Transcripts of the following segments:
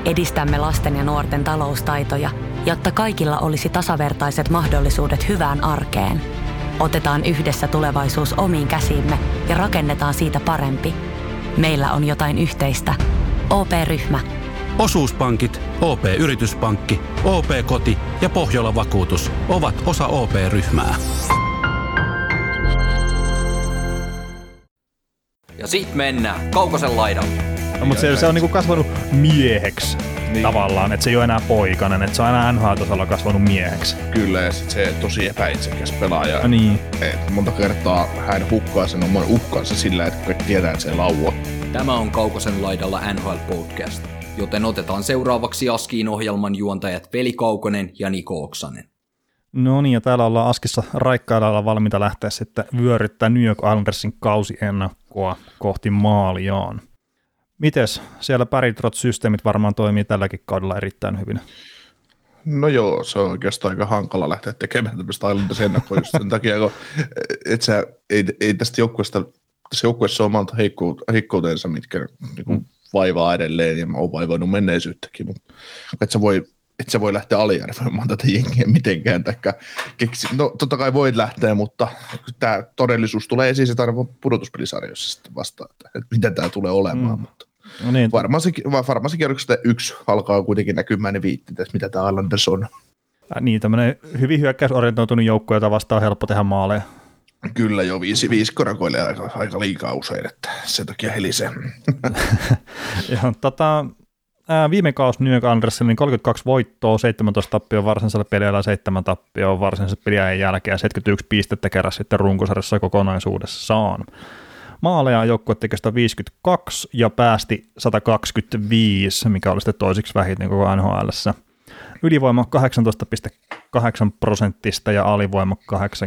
Edistämme lasten ja nuorten taloustaitoja, jotta kaikilla olisi tasavertaiset mahdollisuudet hyvään arkeen. Otetaan yhdessä tulevaisuus omiin käsiimme ja rakennetaan siitä parempi. Meillä on jotain yhteistä. OP-ryhmä. Osuuspankit, OP-yrityspankki, OP-koti ja Pohjola-vakuutus ovat osa OP-ryhmää. Ja sit mennään Kaukosen laidalle. No, mutta se on niinku kasvanut mieheksi tavallaan, että se ei ole enää poikainen, että se on aina NHL-tasolla kasvanut mieheksi. Kyllä, ja sit se tosi epäitsekäs pelaaja. Niin. Et monta kertaa hän hukkaa sen oman uhkansa sillä, että kaikki tietää, että se laua. Tämä on Kaukosen laidalla NHL-podcast, joten otetaan seuraavaksi Askiin ohjelman juontajat Veli Kaukonen ja Niko Oksanen. No niin, ja täällä ollaan Askissa raikkailla valmiita lähteä sitten vyöryttää New York Islandersin kausiennakkoa kohti maaliaan. Mites siellä Paritrot-systeemit varmaan toimii tälläkin kaudella erittäin hyvin? No joo, se on oikeastaan aika hankala lähteä tekemään tämmöistä Islanders-ennakkoa just sen takia, kun ei tästä joukkueesta, tässä joukkueessa on omalta heikkoutensa, mitkä niin vaivaa edelleen, ja mä oon vaivannut menneisyyttäkin, mutta et sä voi lähteä aliarvioimaan tätä jengiä mitenkään, no totta kai voit lähteä, mutta tämä todellisuus tulee esiin se tarvitse pudotuspelisarjoissa sitten vastaan, että mitä tämä tulee olemaan, mutta no niin. varmaan se kierroksesta 1 alkaa kuitenkin näkymään ne viitteet, mitä tämä Islanders on. Niin, tämmöinen hyvin hyökkäysorientoitunut joukko, jota vastaan on helppo tehdä maaleja. Kyllä jo, 5 korakoilee aika liikaa usein, että sen takia helisee. Viime kausi New York Islandersilla niin 32 voittoa, 17 tappioa varsinaisella peliajalla, 7 tappioa varsinaisella peliajan jälkeen ja 71 pistettä kerran sitten runkosarjassa kokonaisuudessaan. Maaleja joukkue teki 152 ja päästi 125, mikä oli sitten toisiksi vähiten koko NHL:ssä. Ylivoima 18,8% ja alivoima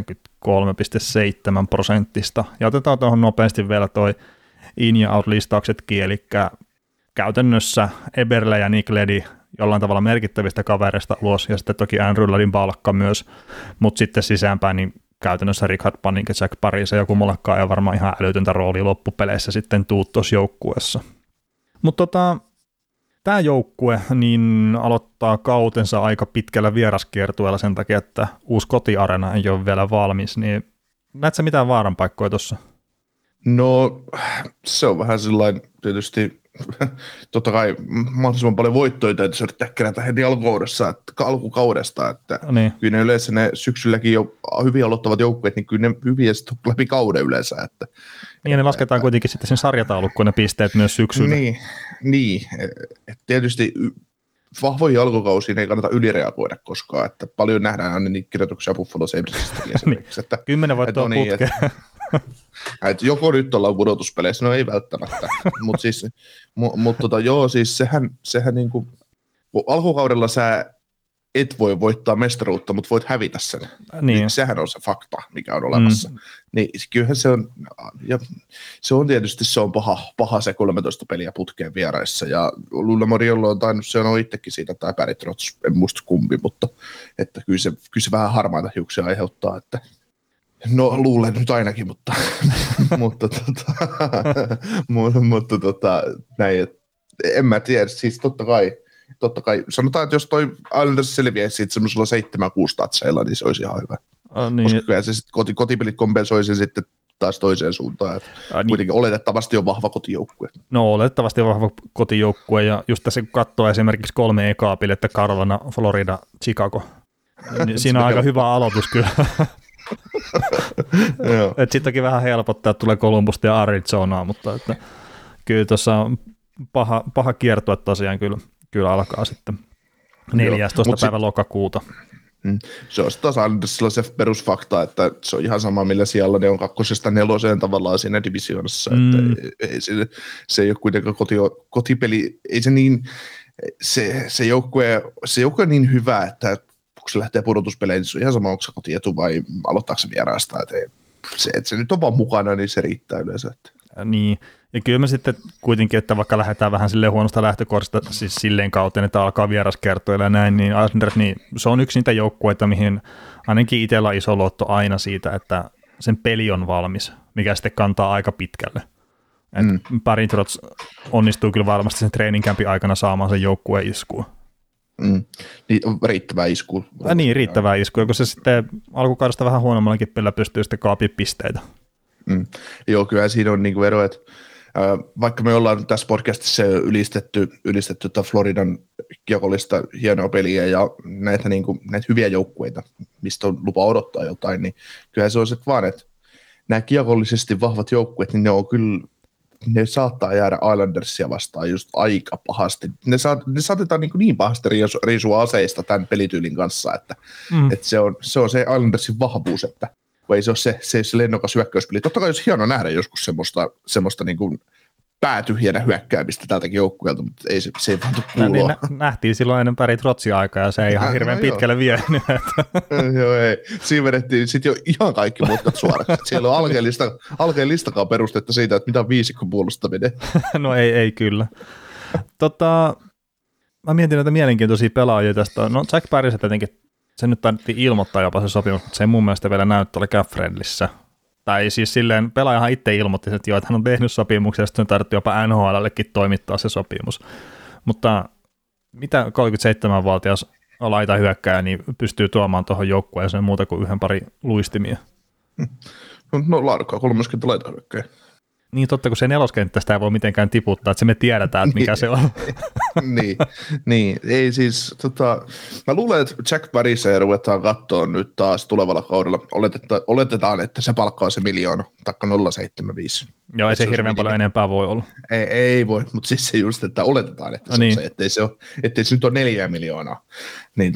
83,7%. Ja otetaan tuohon nopeasti vielä toi in- ja out-listauksetkin, eli käytännössä Eberle ja Nick Leddy jollain tavalla merkittävistä kavereista ulos, ja sitten toki Andrew Ladin palkka myös, mutta sitten sisäänpäin niin käytännössä Richard Panik ja Jack Parise ja kummallakaan ei varmaan ihan älytöntä roolia loppupeleissä sitten tuu tuossa joukkueessa. Mutta tämä joukkue niin aloittaa kautensa aika pitkällä vieraskiertueella sen takia, että uusi kotiarena ei ole vielä valmis, niin näet sä mitään vaaranpaikkoja tuossa? No se on vähän sellainen tietysti, totta kai mahdollisimman paljon voittoja täytyy yrittää kerätä heti alkukaudesta, että niin. Kyllä ne yleensä ne syksylläkin jo hyvin aloittavat joukkueet, niin kyllä ne hyviä sitten läpi kauden yleensä. Niin ja ne lasketaan kuitenkin sitten sen sarjataulukkoon ne pisteet myös syksyllä. Niin. Tietysti vahvoihin alkukausiin ei kannata ylireagoida koskaan, että paljon nähdään aina niitä kirjoituksia Buffalo Sabresistakin esimerkiksi. Että 10 voittoa putkeen. Että joko nyt ollaan pudotuspeleissä, no ei välttämättä, mutta siis, siis sehän niinku, alkukaudella sä et voi voittaa mestaruutta, mutta voit hävitä sen. Niin. Sehän on se fakta, mikä on olemassa. Niin kyllähän se on tietysti paha se 13 peliä putkeen vieraissa, ja Lulla Moriello on tainnut, se on itsekin siitä, tai Paritrots, en muista kumpi, mutta että kyllä se vähän harmaita hiuksia aiheuttaa, että no luulen nyt ainakin, mutta näin, en mä tiedä, siis totta kai, sanotaan, että jos toi Islanders selviäisi siitä semmoisella 7-6 tatseilla, niin se olisi ihan hyvä. Niin. Koska kyllä se sitten kotipelit kompensoi sen sitten taas toiseen suuntaan, että kuitenkin oletettavasti on vahva kotijoukkue. No oletettavasti on vahva kotijoukkue, ja just tässä kun katsoo esimerkiksi 3 ekaa pilettä, Carolina, Florida, Chicago, niin siinä on aika hyvä aloitus kyllä. Että sittenkin vähän helpottaa, että tulee Columbusta ja Arizonaa, mutta että kyllä tuossa on paha kiertue tosiaan kyllä alkaa sitten 14. päivä lokakuuta. Se on taas Islandersilla se perusfakta, että se on ihan sama, millä siellä ne on 2-4 tavallaan siinä divisioonassa, että se ei ole kuitenkaan kotipeli, ei se niin, se joukkue on niin hyvä, että kun se lähtee pudotuspeleihin, niin se on ihan sama, onko se kotietu vai aloittaako se vieraasta, että se nyt on vaan mukana, niin se riittää yleensä. Niin, ja kyllä me sitten kuitenkin, että vaikka lähdetään vähän silleen huonosta lähtökohdasta, siis silleen kautta, että alkaa vieraskertoilla ja näin, niin Islanders, niin se on yksi niitä joukkueita, mihin ainakin itsellä on iso luotto aina siitä, että sen peli on valmis, mikä sitten kantaa aika pitkälle. Parintrots onnistuu kyllä varmasti sen treeninkämpin aikana saamaan sen joukkueen iskua. Niin, riittävää iskua. Niin, riittävää iskua, kun se sitten alkukaudesta vähän huonommallakin pelillä pystyy sitten kaapia pisteitä. Joo, kyllä siinä on niinku ero, että vaikka me ollaan tässä podcastissa ylistetty Floridan kiekollista hienoa peliä ja näitä hyviä joukkueita, mistä on lupa odottaa jotain, niin kyllä se on se vaan, että nämä kiekollisesti vahvat joukkueet, niin ne saattaa jäädä Islandersia vastaan just aika pahasti. Ne saatetaan niin pahasti riisua aseista tämän pelityylin kanssa, että se on se Islandersin vahvuus, että ei se ole se lennokas hyökkäyspeli. Totta kai olisi hienoa nähdä joskus semmoista niin kuin päätyhjänä hyökkäämistä tältäkin joukkueelta, mutta se ei vaan kuulua. Niin nähtiin silloin ennen Trotsin aikaa ja se ei ihan hirveän pitkälle vienyt. Joo, ei. Siinä vedettiin sitten jo ihan kaikki mutkat suoraksi. Siellä on alkeen listakaan perustetta siitä, että mitä viisikko puolustaminen. No ei kyllä. Mä mietin näitä mielenkiintoisia pelaajia tästä. No Jack Parrish tietenkin, se nyt taidettiin ilmoittaa jopa se sopimus, mutta se ei mun mielestä vielä näy tuolla Cap-Friendlissä. Tai siis silleen pelaajahan itse ilmoitti, että hän on tehnyt sopimuksen, ja sitten on tarvittu jopa NHL:llekin toimittaa se sopimus. Mutta mitä 37-vuotias laitahyökkääjä niin pystyy tuomaan tuohon joukkueeseen muuta kuin yhden pari luistimia? No laadukkaan 30 laitahyökkääjä. Niin totta, kun se neloskenttästä ei voi mitenkään tiputtaa, että se me tiedetään, että mikä se on. niin, ei siis, mä luulen, että Jack Parrishia ruvetaan katsoa nyt taas tulevalla kaudella. Oletetaan, että se palkkaa on se 1 miljoona, taikka 0,75. Joo, ei se hirveän paljon enempää voi olla. Ei voi, mutta siis se just, että oletetaan, että se on se, ettei se nyt ole 4 miljoonaa. Niin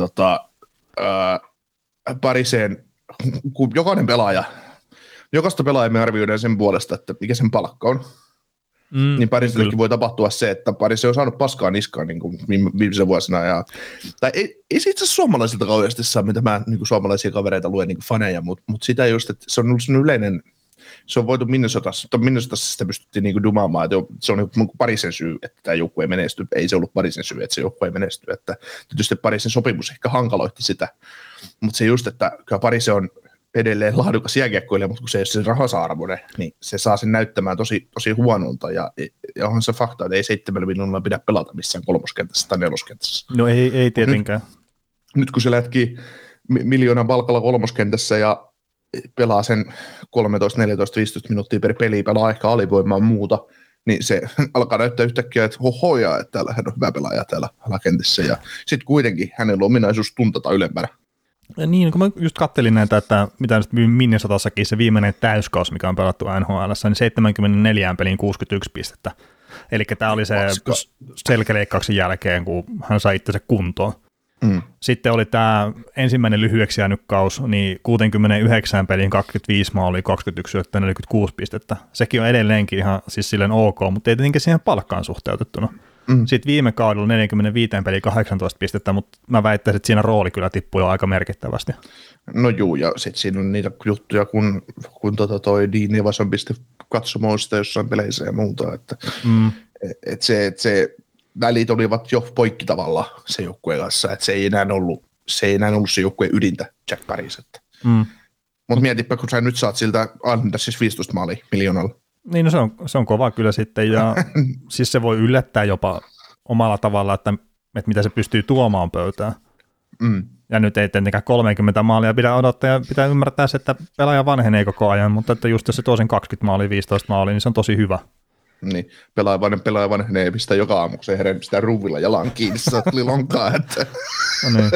Parriseen, kun jokainen pelaaja, jokaista pelaajaa me arvioidaan sen puolesta, että mikä sen palkka on. Niin Parrisellekin voi tapahtua se, että Parris on saanut paskaa niskaan niin kuin viimeisen vuosina. Tai ei se itse asiassa suomalaisilta kauheasti saa, mitä mä niin kuin suomalaisia kavereita luen niin kuin faneja, mutta sitä just, että se on ollut sellainen yleinen, se on voitu Minnesotassa sitä pystyttiin niin kuin dumaamaan, että se on niin kuin Parrisen syy, että tämä joukkue ei menesty. Ei se ollut Parrisen syy, että se joukkue ei menesty. Että tietysti Parrisen sopimus ehkä hankaloitti sitä, mutta se just, että kyllä Parrisen on edelleen laadukas jääkiekkoilija, mutta kun se ei ole se rahasa-arvoinen, niin se saa sen näyttämään tosi huonolta, ja onhan se fakta, että ei 7 minuutilla pidä pelata missään kolmoskentässä tai neloskentässä. No ei tietenkään. Nyt kun se lätkii 1 miljoonan palkalla kolmoskentässä ja pelaa sen 13, 14, 15 minuuttia per peli, pelaa ehkä alivoimaa muuta, niin se alkaa näyttää yhtäkkiä, että hohoja, että täällä hän on hyvä pelaaja täällä alakentissä, ja sitten kuitenkin hänellä on ominaisuus tuntata ylempänä. Niin, kun mä just kattelin näitä, että mitä nyt Minnesotassakin se viimeinen täyskaus, mikä on pelattu NHL:ssä, niin 74 peliin 61 pistettä. Eli tämä oli se selkäleikkauksen jälkeen, kun hän sai itsensä kuntoon. Sitten oli tämä ensimmäinen lyhyeksi jäänyt kaus, niin 69 peliin 25 maalia, 21 syöttöä, 46 pistettä. Sekin on edelleenkin ihan siis silleen ok, mutta ei tietenkin siihen palkkaan suhteutettuna. Sitten viime kaudella 45 peliä 18 pistettä, mutta mä väittäisin, että siinä rooli kyllä tippui jo aika merkittävästi. No juu, ja sitten siinä on niitä juttuja, kun toi Dean Evans on piste katsomaan sitä jossain peleissä ja muuta, että se välit olivat jo poikki tavallaan se joukkueen kanssa, että se ei enää ollut se joukkueen ydintä Jack Parrish. Mutta mietipä, kun sä nyt saat siltä Andersissa 15 maalia miljoonalla. Niin, no se on kova kyllä sitten, ja siis se voi yllättää jopa omalla tavalla, että mitä se pystyy tuomaan pöytään. Ja nyt ei tietenkään 30 maalia pidä odottaa, ja pitää ymmärtää se, että pelaaja vanhenee koko ajan, mutta että just jos se tuo sen 20 maalia, 15 maalia, niin se on tosi hyvä. Niin, pelaaja vanhenee ja pistää joka aamu, kun se herää pistää ruvilla jalan kiinni, se tuli lonkaa, että no niin.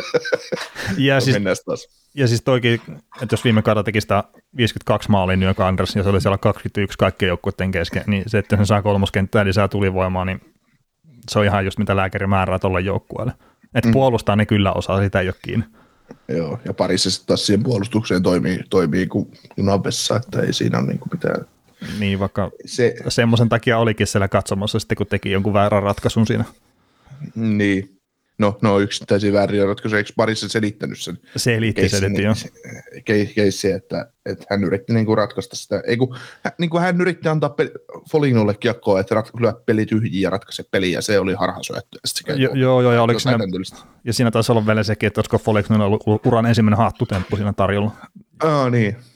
Ja siis toikin, että jos viime kaudella teki sitä 52 maalia New York Anders, ja se oli siellä 21 kaikkien joukkueiden kesken, niin se, että se saa kolmoskenttää lisää tulivoimaa, niin se on ihan just mitä lääkäri määrää tuolle joukkueelle. Että puolustaa ne kyllä osaa, sitä ei ole kiinni. Joo, ja parissa sitten taas siihen puolustukseen toimii kuin junavessa, että ei siinä ole niin kuin mitään. Niin, vaikka semmoisen takia olikin siellä katsomassa sitten, kun teki jonkun väärän ratkaisun siinä. Niin. No yksittäisiä vääriä ratkaisuja, eikö Parissa selittänyt sen? Selitti, joo. Keissi, että hän yritti niinku ratkaista sitä. Hän yritti antaa Folignolle kiekkoa, että lyö peli tyhjiä ja ratkaise peliä, ja se oli harhasyöttö. Joo, ja oliko ja siinä taisi olla vielä sekin, että olisiko Folignolle ollut uran ensimmäinen haattutemppu siinä tarjolla. Niin.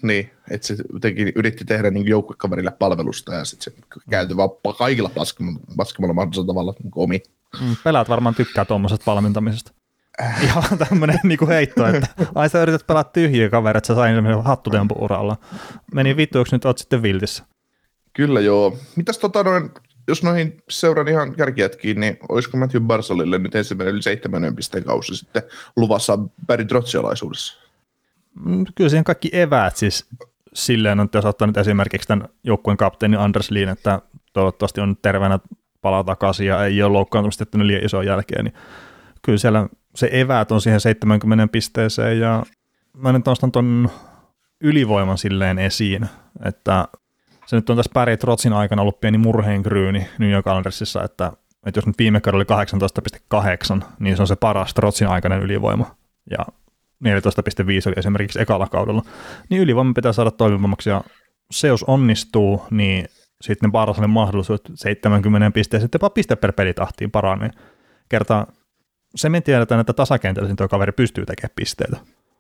että se jotenkin yritti tehdä niin joukkuekaverille palvelusta ja sitten se käytyi vaan kaikilla paskimalla mahdollisella tavalla niin omi. Pelaat varmaan tykkää tuommoisesta valmentamisesta. Ihan tämmöinen niin heitto, että ai sä yrität pelaa tyhjiä kavereita, että sä sain semmoinen hattutempu-uralla. Meni vittuiksi, nyt oot sitten viltissä. Kyllä joo. Mitäs jos noihin seuran ihan kärkijätkiin, niin olisiko Matthew Barzalille nyt ensimmäinen yli 7 pisteen kausi sitten luvassa Barry Trotzialaisuudessa? Kyllä siihen kaikki eväät siis silleen, että jos ottaa nyt esimerkiksi tämän joukkueen kapteeni Anders Lien, että toivottavasti on terveenä palaa takaisin ja ei ole loukkaantumista tehty liian isoa jälkeen, niin kyllä siellä se eväät on siihen 70 pisteeseen ja mä nyt nostan ton ylivoiman silleen esiin, että se nyt on tässä Barry Trotzin aikana ollut pieni murheenkryyni New York Islandersissa, että jos nyt viime kaudella oli 18,8, niin se on se paras Trotzin aikainen ylivoima ja 14,5 oli esimerkiksi ekalla kaudella, niin ylivoima pitää saada toimivammaksi ja se jos onnistuu, niin sitten ne Barzalin mahdollisuudet 70 pisteen sitten piste per pelitahtiin paranee. Kertaa se me tiedetään, että tasakentällä tuo kaveri pystyy tekemään pisteitä.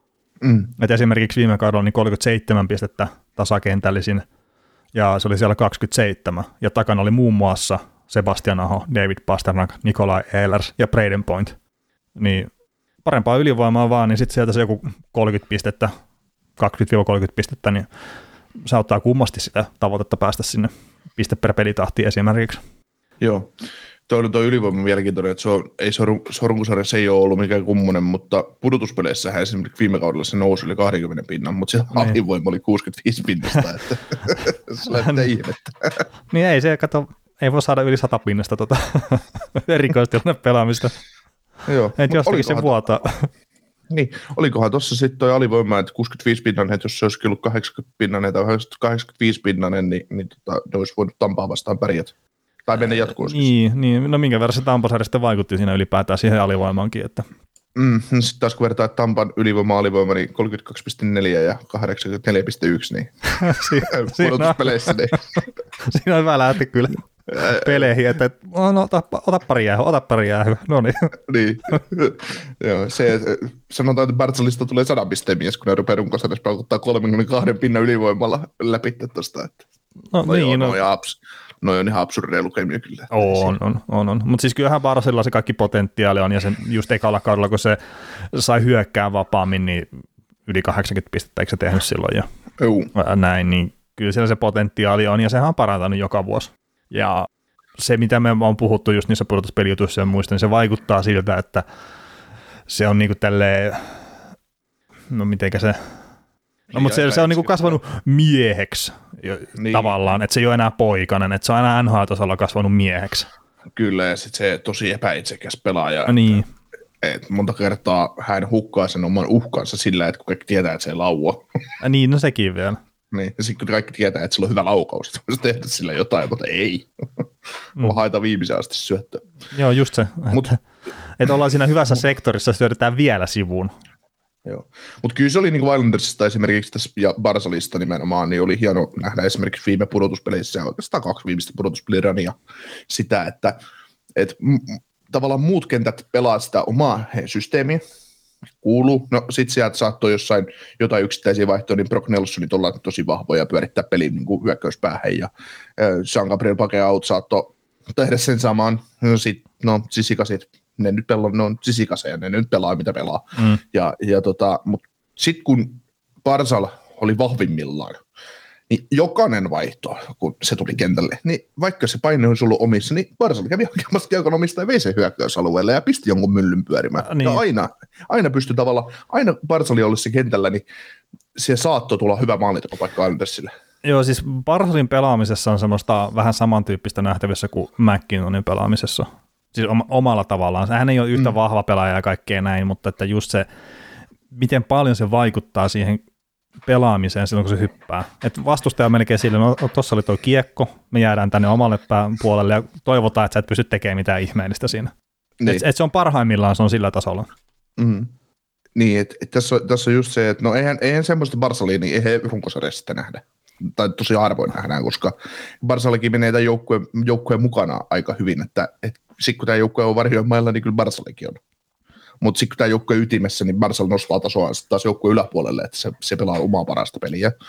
Et esimerkiksi viime kaudella niin 37 pistettä tasakentällisin ja se oli siellä 27 ja takana oli muun muassa Sebastian Aho, David Pasternak, Nikolai Ehlers ja Braden Point. Niin parempaa ylivoimaa vaan, niin sitten sieltä se joku 30 pistettä, 20-30 pistettä, niin se auttaa kummasti sitä tavoitetta päästä sinne piste per pelitahtiin esimerkiksi. Joo, tuo ylivoima mielenkiintoinen, että runkosarjassa ei ole ollut mikään kummonen, mutta pudotuspeleissähän esimerkiksi viime kaudella se nousi yli 20 pinnan, mutta se alivoima oli 65 pinnasta, että se lähtee ihmettä. Niin ei se, kato, ei voi saada yli 100 pinnasta erikoistilanne pelaamista. Joo. Että jostakin se vuotaa. Niin, olikohan tuossa sitten toi alivoima, että 65 pinnanen, että jos se olisi ollut 80 pinnanen tai 85 pinnanen, niin ne olisi voinut Tampaa vastaan pärjätä. Tai mennä jatkoon. Niin, no minkä verran se Tampasarja sitten vaikutti siinä ylipäätään siihen alivoimaankin, että... Sitten taas kun vertaa Tampan alivoima, niin 32,4 ja 84,1, niin pudotuspeleissä. Niin. Siinä on hyvä lähti kyllä peleihin, että no, ota pari jäähyä, no niin. Niin, joo, sanotaan, että Barzalista tulee 100 pisteen mies, kun ne rupeaa runkosarjassa paukuttaa 32 pinnan ylivoimalla läpi tuosta. No niin, no on ihan absurdeja lukemia kyllä. On. Mutta siis kyllähän Barzalilla se kaikki potentiaali on, ja sen just ekalla kaudella, kun se sai hyökkää vapaammin, niin yli 80 pistettä, eikö se tehnyt silloin jo? Näin, niin kyllä siellä se potentiaali on, ja sehän on parantanut joka vuosi. Ja se, mitä me on puhuttu just niissä pudotuspelijutuissa ja muista, niin se vaikuttaa siltä, että se on niinku tälleen, no mitenkä se, no mutta se on niinku kasvanut mieheksi niin. Tavallaan, että se ei ole enää poikainen, että se on enää NHL-tasolla kasvanut mieheksi. Kyllä, ja sitten se tosi epäitsekäs pelaaja. Niin. Et monta kertaa hän hukkaa sen oman uhkansa sillä, että kun kaikki tietää, että se ei laua. Niin, no sekin vielä. Niin, ja sitten kun kaikki tietää, että sillä on hyvä laukaus, että voisi tehdä sillä jotain, mutta ei. Haetaan viimeisen asti syöttöä. Joo, just se. Että ollaan siinä hyvässä sektorissa, syödetään vielä sivuun. Joo, mutta kyllä se oli niin kuin Islandersista esimerkiksi tässä, ja Barzalista nimenomaan, niin oli hieno nähdä esimerkiksi viime pudotuspeleissä ja oikeastaan 2 viimeistä pudotuspelirania sitä, että tavallaan muut kentät pelaa sitä omaa systeemiä, kuuluu. No sit sieltä saattoi jossain jotain yksittäisiä vaihtoja, niin Brock Nelsonit olla tosi vahvoja pyörittää pelin niin kuin hyökkäyspäähän ja Jean-Gabriel Pageau saattoi tehdä sen saman. No sisikasit, ne nyt pelaa, ne on sisikaseja, ne nyt pelaa mitä pelaa. Mutta sitten kun Barzal oli vahvimmillaan, niin jokainen vaihto, kun se tuli kentälle, niin vaikka se paine olisi ollut omissa, niin Barzal kävi hakemassa kiekon omista ja vei sen hyökkäysalueelle ja pisti jonkun myllyn pyörimään. Niin. Ja aina pystyi tavallaan, aina Barzalin ollessa kentällä, niin se saattoi tulla hyvä maalintekopaikka Islandersille. Joo, siis Barzalin pelaamisessa on semmoista vähän samantyyppistä nähtävissä kuin McKinnonin pelaamisessa. Siis omalla tavallaan. Hän ei ole yhtä vahva pelaaja ja kaikkea näin, mutta että just se, miten paljon se vaikuttaa siihen pelaamiseen silloin, kun se hyppää. Et vastustaja on melkein sille, no tuossa oli tuo kiekko, me jäädään tänne omalle puolelle ja toivotaan, että sä et pysty tekemään mitään ihmeellistä siinä. Niin. Et se on parhaimmillaan, se on sillä tasolla. Mm. Niin, että tässä on just se, että no eihän semmoista Barzalia, niin ei runkosarjassa nähdä. Tai tosi harvoin nähdään, koska Barzalikin menee tämän joukkueen mukana aika hyvin, että sitten kun tämä joukkue on varjoimailla, niin kyllä Barzalikin on. Mutta sitten kun tämä joukkue ytimessä, niin Barzal nostaa tasoa taas joukkueen yläpuolelle, että se pelaa omaa parasta peliä.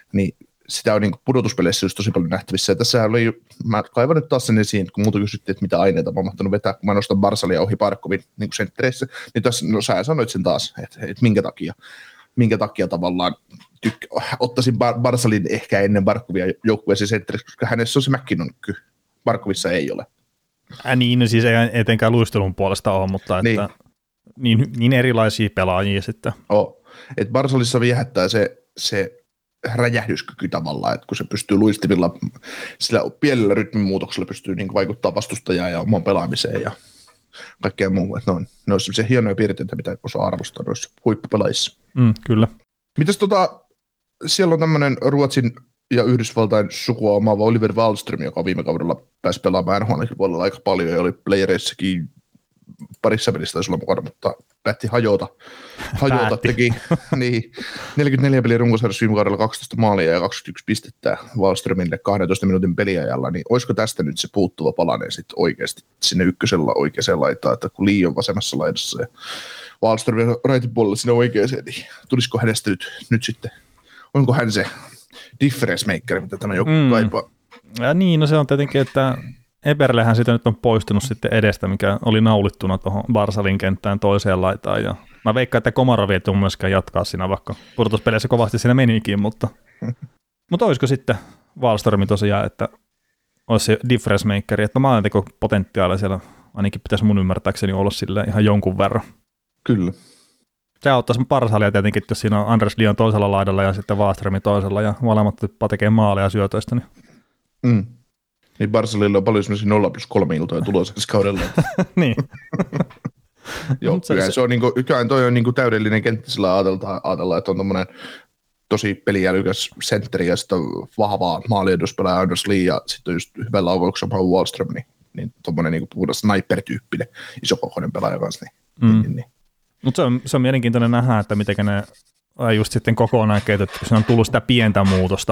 niin sitä on niin pudotuspeleissä just tosi paljon nähtävissä. Ja tässä oli, mä kaivan nyt taas sen esiin, kun muuta kysyttiin, että mitä aineita mä oon mahtanut vetää, kun mä nostan Barsalia ohi Barkovin niin senttereissä, niin tässä, no sä sanoit sen taas, että minkä takia tavallaan ottaisin Barsalin ehkä ennen Barkovia joukkueeseen sentteriksi, koska hänessä on se McKinnon, Barkovissa ei ole. Niin, no siis ei etenkään luistelun puolesta ole, mutta että niin erilaisia pelaajia sitten. Että Barsalissa viehättää se räjähdyskyky tavallaan, että kun se pystyy luistimilla, sillä pienellä rytminmuutoksella pystyy niin vaikuttaa vastustajaan ja omaan pelaamiseen ja kaikkea muu. Että ne on sellaisia hienoja piirteitä, mitä osaa arvostaa noissa huippupelaajissa. Kyllä. Mitäs siellä on tämmöinen Ruotsin ja Yhdysvaltain sukua omaava Oliver Wahlström, joka viime kaudella pääsi pelaamaan NHL-puolella aika paljon ja oli playereissakin parissa pelissä taisi olla mukana, mutta päätti hajota teki niin, 44 peliä runkosarjassa viime kaudella 12 maalia ja 21 pistettä Wahlströmille 12 minuutin peliajalla, niin olisiko tästä nyt se puuttuva palanen sitten oikeasti sinne ykkösellä oikeaan laitaan, että kun Lee on vasemmassa laidassa ja Wahlström raitin puolella sinne oikeaan, niin tulisiko hänestä nyt sitten, onko hän se difference maker, mitä tämä joku kaipaa? Ja niin, no se on tietenkin, että Eberlehän siitä nyt on poistunut sitten edestä, mikä oli naulittuna tuohon Barsalin kenttään toiseen laitaan. Ja mä veikkaan, että Komarov ei tule myöskään jatkaa siinä, vaikka pudotuspeleissä kovasti siinä menikin, mutta olisiko sitten Wahlström tosiaan, että olisi se difference makeri, että maalintekopotentiaalia siellä ainakin pitäisi mun ymmärtääkseni olla sille ihan jonkun verran. Kyllä. Se auttaisi Barsalia tietenkin, jos siinä on Anders Lion toisella laidalla ja sitten Wahlström toisella ja molemmat tekee maaleja syötöistä. Niin. Niin Barcelilla on paljon semmoisia 0+3 iltoja tulossa ensi kaudella. Niin. Joo, kyllähän toi on niinku täydellinen kenttä sillä ajatella, että on tommoinen tosi peliälykäs sentteri ja sitten vahvaa maaliedustelija Anders Lee ja sitten just hyvällä laukauksen Wahlström, niin tommoinen niinku puhdas sniper-tyyppinen isokokoinen pelaaja kanssa. Niin. Mutta se on mielenkiintoinen nähdä, että miten ne just sitten kokonaan kehitetty, kun siinä on tullut sitä pientä muutosta.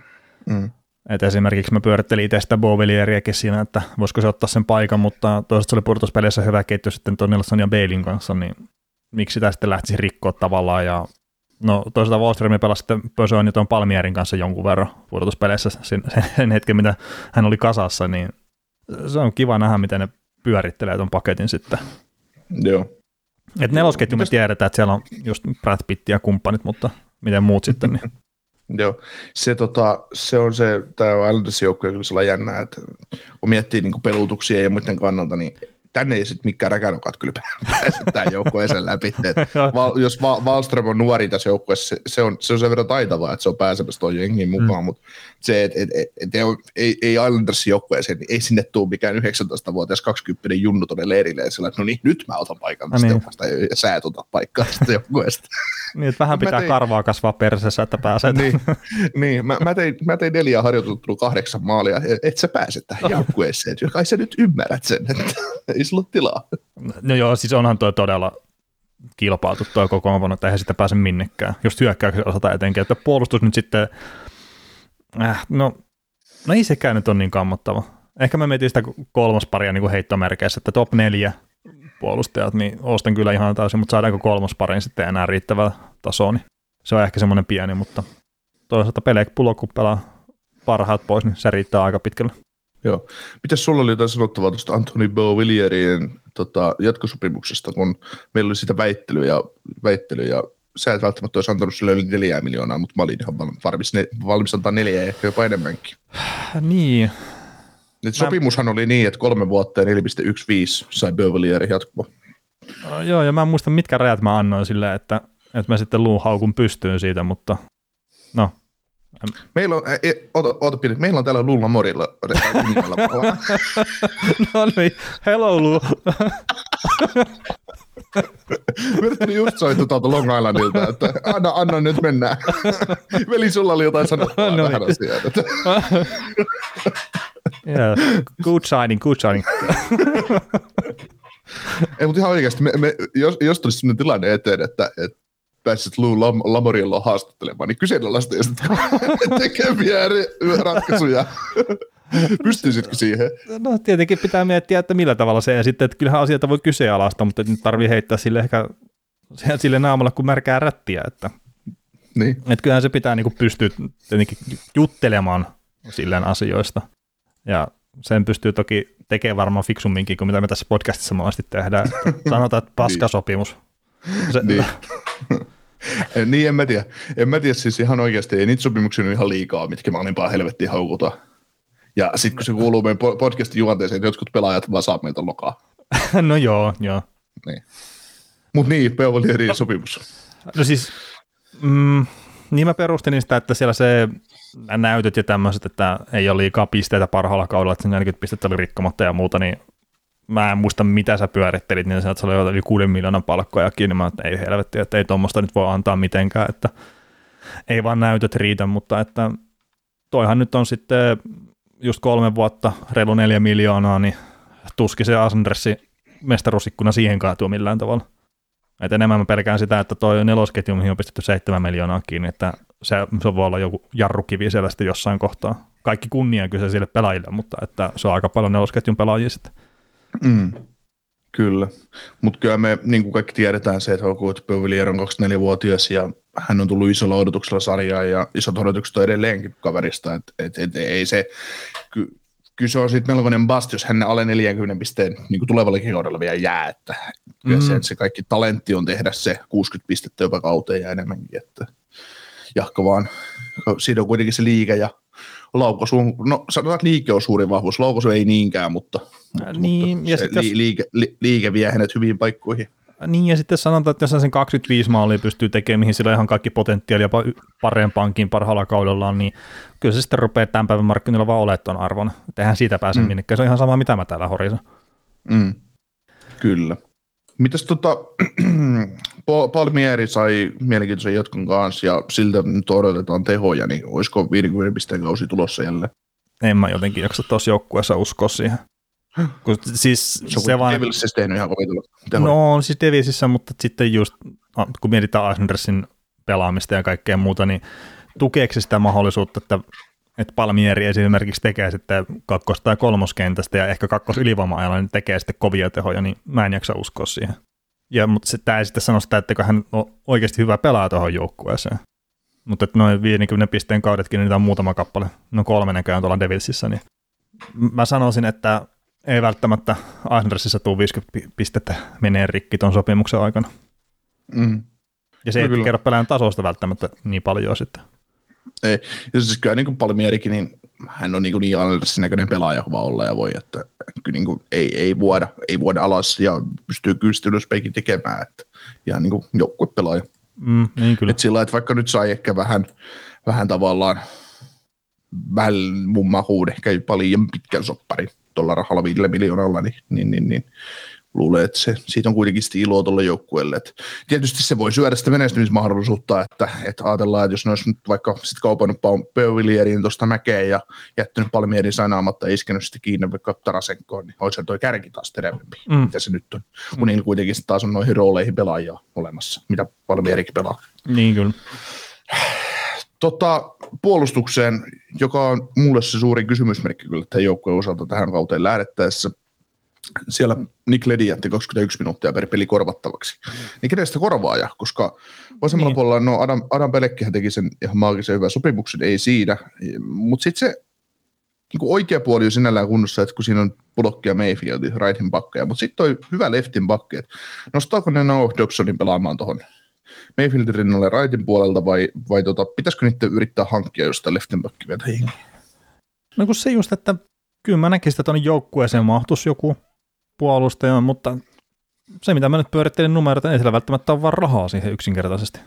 Et esimerkiksi mä pyörittelin itse sitä Beauvillieriäkin siinä, että voisiko se ottaa sen paikan, mutta toisaalta se oli pudotuspeleissä hyvä ketju sitten tuon Nelson ja Balein kanssa, niin miksi sitä sitten lähtisi rikkoa tavallaan. Ja no toisaalta Wahlström pelasi sitten Pösön ja tuon Palmierin kanssa jonkun verran pudotuspeleissä sen hetken, mitä hän oli kasassa, niin se on kiva nähdä, miten ne pyörittelee tuon paketin sitten. Joo. Et nelosketju me tiedetään, että siellä on just Brad Pitt ja kumppanit, mutta miten muut sitten, niin Joo, se on se, tämä on Islandersin joukkoja kyllä sellainen jännä, että kun miettii niin pelutuksia ja muiden kannalta, niin tänne ei sitten mikään räkänokat kyllä pääse tämän joukkueeseen läpi. Jos Wahlström on nuori tässä joukkueessa, se on sen verran taitavaa, että se on pääsemässä tuon jengiin mukaan, mutta se, että ei Islandersin joukkueeseen, niin ei sinne tule mikään 19-vuotias 20 junnu tuonne leirille ja sillä, että no niin, nyt mä otan paikan tästä joukkueesta ja sä et ota paikkaa tästä joukkueesta. Niin, että vähän pitää karvaa kasvaa persessä, että pääset. Niin. Mä tein 4 harjoiteltua 8 maalia, et sä pääse tähän joukkueeseen, kai sä nyt ymmärrät sen, että ei sulla ole tilaa. No joo, siis onhan toi todella kilpailtu toi kokoonpano, että eihän sitä pääse minnekään, just hyökkäyksen osalta etenkin, että puolustus nyt sitten, no ei sekään nyt ole niin kammottava. Ehkä mä mietin sitä kolmosparia niin kuin heittomerkeissä, että top 4 puolustajat, niin ostan kyllä ihan täysin, mutta saadaanko kolmosparin sitten enää riittävää tasoa, niin se on ehkä semmoinen pieni, mutta toisaalta Pulo, kun pelaa parhaat pois, niin se riittää aika pitkälle. Joo. Mitäs sulla oli jotain sanottavaa tuosta Anthony Beauvillierien jatkosopimuksesta, kun meillä oli sitä väittelyä ja sä et välttämättä olisi antanut sille yli 4 miljoonaa, mutta mä olin ihan valmis antaa 4 ja ehkä jopa enemmänkin. Niin. Sopimushan oli niin, että 3 vuotta ja 4,15 sai Beauvillieri jatkoa. Joo, ja mä en muista mitkä rajat mä annoin silleen, että mä sitten luun haukun pystyyn siitä, mutta no. Meillä on täällä Luulla Morilla. No niin, hello Luu. Mä just soittu tuolta Long Islandilta, että anna nyt mennään. Veli, sulla oli jotain sanottavaa tähän asiaan. Yeah, good signing. Ei, mutta ihan oikeasti, jos tulisi sellainen tilanne eteen, että pääsit Lou Lamorielloa haastattelemaan, niin kyseenalaistaisit tekeviä ratkaisuja. Pystyisitkö siihen? No tietenkin pitää miettiä, että millä tavalla se, ja sitten, että kyllähän asioita voi kyseenalaista, mutta nyt tarvii heittää sille ehkä sille naamalla kuin märkää rättiä, että Niin. Että kyllähän se pitää niinku pystyä tietenkin juttelemaan silleen asioista. Ja sen pystyy toki tekemään varmaan fiksumminkin kuin mitä me tässä podcastissa monesti tehdään. Sanotaan, että paskasopimus. Niin. Niin, en mä tiedä siis ihan oikeasti, ei niitä sopimuksia ole ihan liikaa, mitkä mä alimpaa helvettiin haukutaan. Ja sitten kun se kuuluu meidän podcastin juonteeseen, että jotkut pelaajat vaan saa meiltä lokaa. No joo. Niin. Mutta niin, Beovalierin sopimus. No siis, niin mä perustelin sitä, että siellä se näytöt ja tämmöiset, että ei ole liikaa pisteitä parhaalla kaudella, että se 40 pistettä oli rikkomatta ja muuta, niin mä en muista, mitä sä pyörittelit, niin se oli yli 6 miljoonan palkkojakin, niin mä että ei helvetti, että ei tuommoista nyt voi antaa mitenkään, että ei vaan näytöt riitä, mutta että toihan nyt on sitten just 3 vuotta, reilu 4 miljoonaa, niin tuskin se Andersin mestaruusikkuna siihen kaatuu millään tavalla. Et enemmän mä pelkään sitä, että toi nelosketju, mihin on pistetty 7 miljoonaa kiinni, että se voi olla joku jarrukivi siellä sitten jossain kohtaa. Kaikki kunnia kyse sille pelaajille, mutta että se on aika paljon nelosketjun pelaajia sitten. Kyllä, mutta kyllä me niin kuin kaikki tiedetään se, että Beovalier on 24-vuotias ja hän on tullut isolla odotuksella sarjaan ja isot odotukset on edelleenkin kaverista, että ei se, kyllä se on sitten melkoinen bust, jos hän alle 40 pisteen niin kuin tulevallakin kaudella vielä jää, että se kaikki talentti on tehdä se 60 pistettä jopa kauteen ja enemmänkin, että jahka vaan, siinä on kuitenkin se liike ja laukaisu, no sanotaan, että liike on suurin vahvuus, laukaisu ei niinkään, mutta ja se liike vie hänet hyviin paikkoihin. Niin, ja sitten sanotaan, että jos sen 25 maalia pystyy tekemään, mihin sillä on ihan kaikki potentiaali jopa parempaankin parhaalla kaudellaan, niin kyllä se sitten rupeaa tämän päivän markkinoilla vaan olemaan tuon arvon. Eihän siitä pääse minnekään, se on ihan sama, mitä mä täällä horison. Kyllä. Mitäs Palmieri sai mielenkiintoisen jatkon kanssa, ja siltä nyt odotetaan tehoja, niin olisiko 50 pisteen kausi tulossa jälleen? En mä jotenkin jaksa tuossa joukkueessa uskoa siihen. Siis se vaan Devilsissä tehnyt ihan kovin. No siis Devilsissä, mutta sitten just kun mietitään Andersin pelaamista ja kaikkea muuta, niin tukeeko sitä mahdollisuutta, että Palmieri esimerkiksi tekee sitten 2- tai 3-kentästä ja ehkä 2-ylivoima-ajalla niin tekee sitten kovia tehoja, niin mä en jaksa uskoa siihen. Mutta tämä ei sitten sano sitä, että hän on oikeasti hyvä pelaa tuohon joukkueeseen. Mutta noin 50 pisteen kaudetkin, niin niitä on muutama kappale, no 3 näköjään tuolla Devilsissä, niin mä sanoisin, että ei välttämättä Andersissa tule 50 pistettä menee rikki ton sopimuksen aikana. Ja se ei kerro pelaajan tasosta välttämättä niin paljon sitten. Ei, ja siis kyllä niin kuin Palmierikin, niin hän on niin Andersin näköinen pelaaja vaan olla ja voi, että niin kuin ei vuoda alas ja pystyy kyllä ylöspäinkin tekemään, että ihan niin kuin joukkuepelaaja. Niin kyllä. Että sillä, että vaikka nyt sai ehkä vähän tavallaan mun mahuun ehkä paljon pitkän sopparin tuolla rahalla 5 miljoonalla, niin luulen, että siitä on kuitenkin sitten iloa tuolle joukkueelle. Et tietysti se voi syödä sitä menestymismahdollisuutta, että ajatellaan, että jos ne olisi nyt vaikka sitten kaupannut Beovalierin tuosta mäkeen ja jättänyt Palmierin sainaamatta ja iskenyt sitten kiinni vaikka Tarasenkoon, niin olisi toi kärki taas terveempi, mitä se nyt on. Kun niillä kuitenkin taas on noihin rooleihin pelaajia olemassa, mitä Palmierikin pelaa. Niin kyllä. Puolustukseen, joka on mulle se suurin kysymysmerkki kyllä tämän joukkueen osalta tähän kauteen lähdettäessä. Siellä Nick Leddy jätti 21 minuuttia per peli korvattavaksi. Niin kenestä korvaaja, koska vasemmalla puolella no Adam Pelekkihän teki sen ihan maagisen hyvän sopimuksen, ei siinä. Mutta sitten se niin oikea puoli on sinällään kunnossa, että kun siinä on Bullock ja Mayfield, rightin bakkeja, mutta sitten toi hyvä leftin bakke, että nostaako ne Noah Dobsonin pelaamaan tuohon Mayfieldin rinnalle rightin puolelta vai pitäisikö niitä yrittää hankkia jostain leftin bakki vielä hengiä? No kun se just, että kyllä mä näkisin, että tuonne joukkueeseen mahtuisi joku puolustaja, mutta se mitä mä nyt pyörittelin numeroita, ei sillä välttämättä ole vaan rahaa siihen yksinkertaisesti.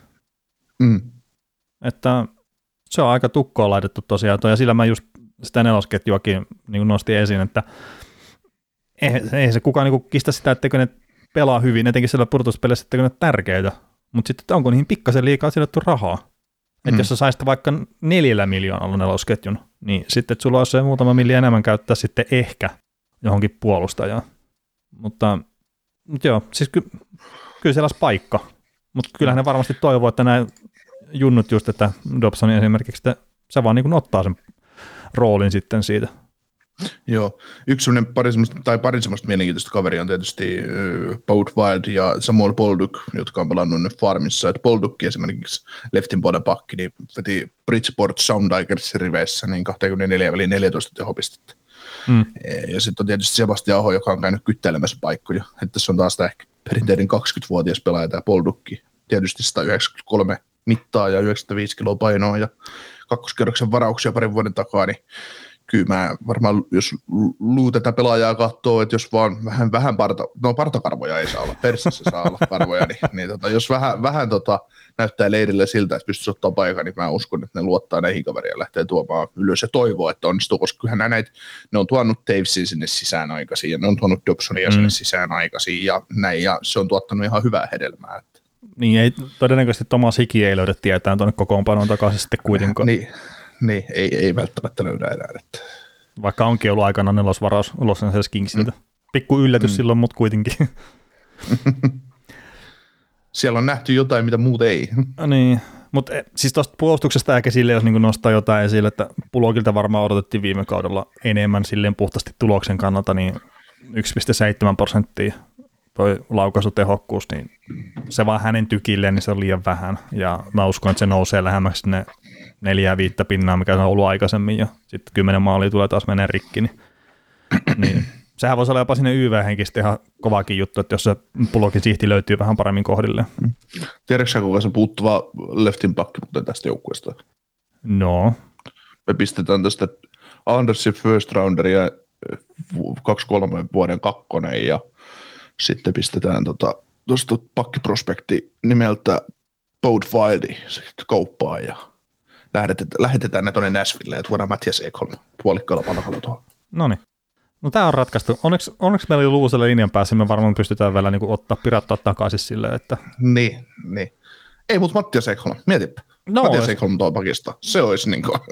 Että se on aika tukkoon laitettu tosiaan, ja sillä mä just sitä nelosketjuakin niin nostin esiin, että ei se kukaan niin kistä sitä, etteikö ne pelaa hyvin, etenkin siellä pudotuspeleissä, etteikö ne ole tärkeitä, mutta sitten onko niihin pikkasen liikaa sidottu rahaa. Että jos sä saisit vaikka 4 miljoonalla nelosketjun, niin sitten että sulla olisi se muutama miljoona enemmän käyttää sitten ehkä johonkin puolustajaan. Mutta joo, siis kyllä siellä olisi paikka. Mutta kyllähän ne varmasti toivoo, että nämä junnut just, että Dobson esimerkiksi, että se vaan niin kuin ottaa sen roolin sitten siitä. Joo, yksi sellainen pari semmoista mielenkiintoista kaveria on tietysti Boat Wild ja Samuel Bolduc, jotka on pelannut nyt Farmissa. Et Bolduc esimerkiksi leftin puolen pakki, niin veti Bridgeport Soundtigersin riveissä niin 24 väliin 14 tehopistettä. Ja sitten on tietysti Sebastian Aho, joka on käynyt kyttelemässä paikkoja. Että tässä on taas tämä ehkä perinteinen 20-vuotias pelaaja, tämä Bolduc. Tietysti 193 mittaa ja 95 kiloa painoa ja kakkoskerroksen varauksia parin vuoden takaa, niin kyllä mä varmaan, jos tätä pelaajaa katsoo, että jos vaan vähän partakarvoja ei saa olla, persissä saa olla karvoja, niin jos vähän näyttää leirille siltä, että pystyisi ottaa paikan, niin mä uskon, että ne luottaa näihin kaveria ja lähtee tuomaan ylös ja toivoo, että onnistuu, koska kyllähän ne on tuonut Tavesin sinne sisään aikaisin ja ne on tuonut Dobsonia sinne sisään aikaisin ja näin, ja se on tuottanut ihan hyvää hedelmää. Niin, ei todennäköisesti Tomas Hiki ei löydä tietään tuonne kokoonpanoon takaisin sitten kuitenkaan. Niin, ei välttämättä löydä enää. Että. Vaikka onkin ollut aikana nelosvaraus Los Angeles Kingsiltä. Pikku yllätys silloin, mutta kuitenkin. Siellä on nähty jotain, mitä muut ei. Niin, mutta siis tuosta puolustuksesta ehkä silleen, jos niin nostaa jotain esille, että Pulokilta varmaan odotettiin viime kaudella enemmän silleen puhtaasti tuloksen kannalta, niin 1,7% toi laukaisutehokkuus, niin se vaan hänen tykilleen, niin se on liian vähän. Ja mä uskon, että se nousee lähemmäksi sinne 4-5 pinnaa, mikä on ollut aikaisemmin, ja sitten 10 maalia tulee taas menee rikki. Niin sehän voisi olla jopa sinne YV-henkisesti ihan kovakin juttu, että jos se Pulokin sihti löytyy vähän paremmin kohdilleen. Tiedätkö kuinka se puuttuva leftin pakki tästä joukkueesta? No. Me pistetään tästä Andersin first rounder ja 2-3 vuoden kakkonen, ja sitten pistetään tuosta pakkiprospekti nimeltä Boat Wildi kauppaan ja lähetetään ne tuonne Nashville ja tuodaan Mattias Ekholm puolikkaalla palkalla tuohon. Noniin. No tämä on ratkaistu. Onneksi meillä oli luuselle linjan päässä, me varmaan pystytään vielä niin pirattaa takaisin silleen, että. Niin. Ei, mutta Mattias Ekholm, mietipä. No, Mattias Ekholm tuo pakista. Se olisi niin kuin.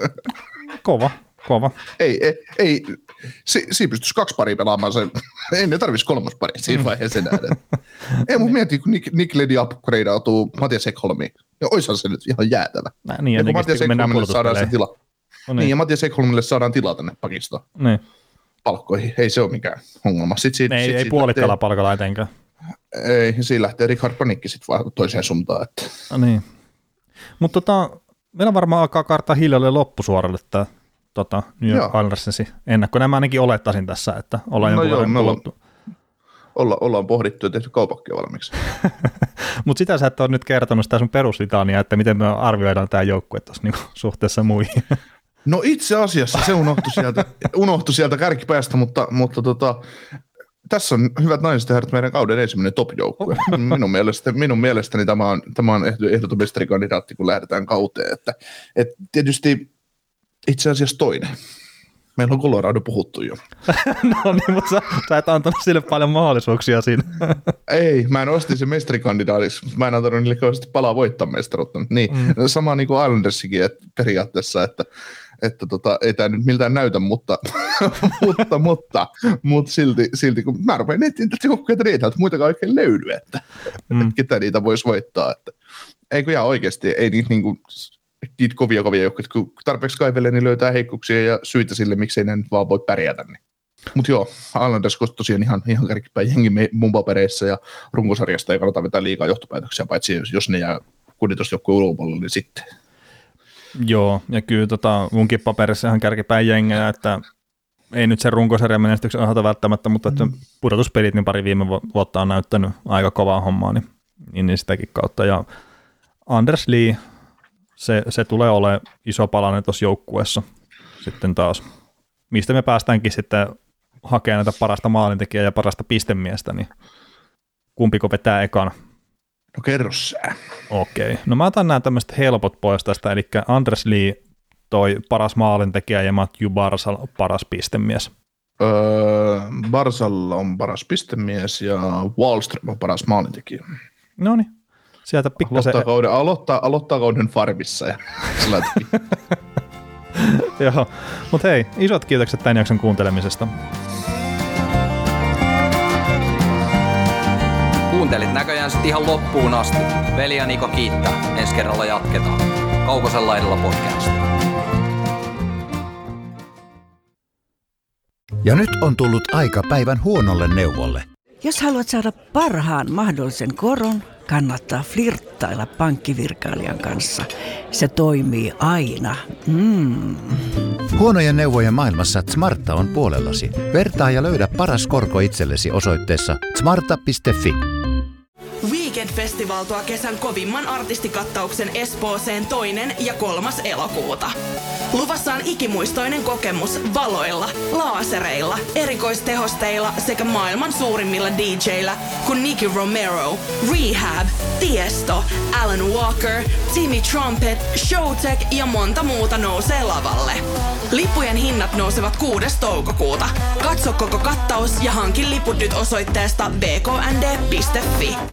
Kova. Ei. Siinä pystyisi 2 paria pelaamaan sen. Ei ne tarvitsisi 3 paria siinä vaiheessa enää. Ei, mutta mieti, kun Nick Leddy upgradeautuu Mattias Ekholmiin. Ja oishan se nyt ihan jäätävä. Niin, ja kun Mattias Ekholmille saadaan se tila. No niin, ja Mattias Ekholmille saadaan tilaa tänne pakistoon. Niin. Palkkoihin. Ei se ole mikään ongelma. Ei puolikkaalla palkalla etenkään. Ei, siinä lähtee Richard Panikki sitten vaan toiseen suuntaan. Että. No niin. Mutta meillä varmaan alkaa karttaa hiljalleen loppusuoralle tämä New York Islandersin ennakko. Nämä ainakin olettaisin tässä, että ollaan jonkun verran puhuttu. Ollaan pohdittu ja tehty kaupakkia valmiiksi. Mutta sitä sä et ole nyt kertonut sitä sun peruslitania, että miten me arvioidaan tämä joukkue tuossa niinku suhteessa muihin. No itse asiassa se unohtui sieltä kärkipäästä, mutta tässä on hyvät naiset ja herrat meidän kauden ensimmäinen top-joukkue. Minun mielestäni tämä on ehdoton mestarikandidaatti, kun lähdetään kauteen. Että tietysti itse asiassa toinen. Meillä on Colorado puhuttu jo. No niin, mutta sä et antanut sille paljon mahdollisuuksia siinä. Ei, mä en ostin sen mestarikandidaatiksi. Mä en antanut niille kauheasti palaa voittaa mestaruutta. Niin, sama niin kuin Islandersikin periaatteessa, että ei tämä nyt miltään näytä, mutta silti kun mä rupean etsiä tätä joukkueita niitä, että muitakaan oikein löydy, että ketä niitä voisi voittaa. Että, eikö ihan oikeasti, ei niitä kovia joukkueita, kun tarpeeksi kaivelee, niin löytää heikkouksia ja syitä sille, miksei ne nyt vaan voi pärjätä. Niin. Mutta joo, Islanders tosiaan ihan kärkipäin jengi mun papereissa ja runkosarjasta ei kannata vetää liikaa johtopäätöksiä, paitsi jos ne jää kunnitosjoukkueen ulkopuolelle, niin sitten. Joo, ja kyllä munkin paperissa ihan kärkipäin jengejä, että ei nyt sen runkosarjan menestyksen osalta välttämättä, mutta että pudotuspelit niin pari viime vuotta on näyttänyt aika kovaa hommaa, niin sitäkin kautta. Ja Anders Lee, se tulee olemaan iso palanen tuossa joukkueessa sitten taas. Mistä me päästäänkin sitten hakemaan näitä parasta maalintekijää ja parasta pistemiestä, niin kumpiko vetää ekana? No kerro sä. Okei. No mä otan nämä tämmöiset helpot pois tästä, eli Anders Lee toi paras maalintekijä ja Matthew Barzal paras pistemies. Barzal on paras pistemies ja Wallström on paras maalintekijä. Noniin. Sieltä pikkasen. Aloittaa kauden Farmissa. Ja Joo, mutta hei, isot kiitokset tämän jakson kuuntelemisesta. Kuuntelit näköjään sitten ihan loppuun asti. Veli ja Niko kiittää. Ensi kerralla jatketaan. Kaukosella edellä podcast. Ja nyt on tullut aika päivän huonolle neuvolle. Jos haluat saada parhaan mahdollisen koron, kannattaa flirttailla pankkivirkailijan kanssa. Se toimii aina. Huonojen neuvojen maailmassa Smarta on puolellasi. Vertaa ja löydä paras korko itsellesi osoitteessa smarta.fi. Weekend-festival tuo kesän kovimman artistikattauksen Espooseen 2. ja 3. elokuuta. Luvassa on ikimuistoinen kokemus valoilla, laasereilla, erikoistehosteilla sekä maailman suurimmilla DJillä kuin Nicky Romero, Rehab, Tiesto, Alan Walker, Timmy Trumpet, Showtek ja monta muuta nousee lavalle. Lippujen hinnat nousevat 6. toukokuuta. Katso koko kattaus ja hankin liput nyt osoitteesta bknd.fi.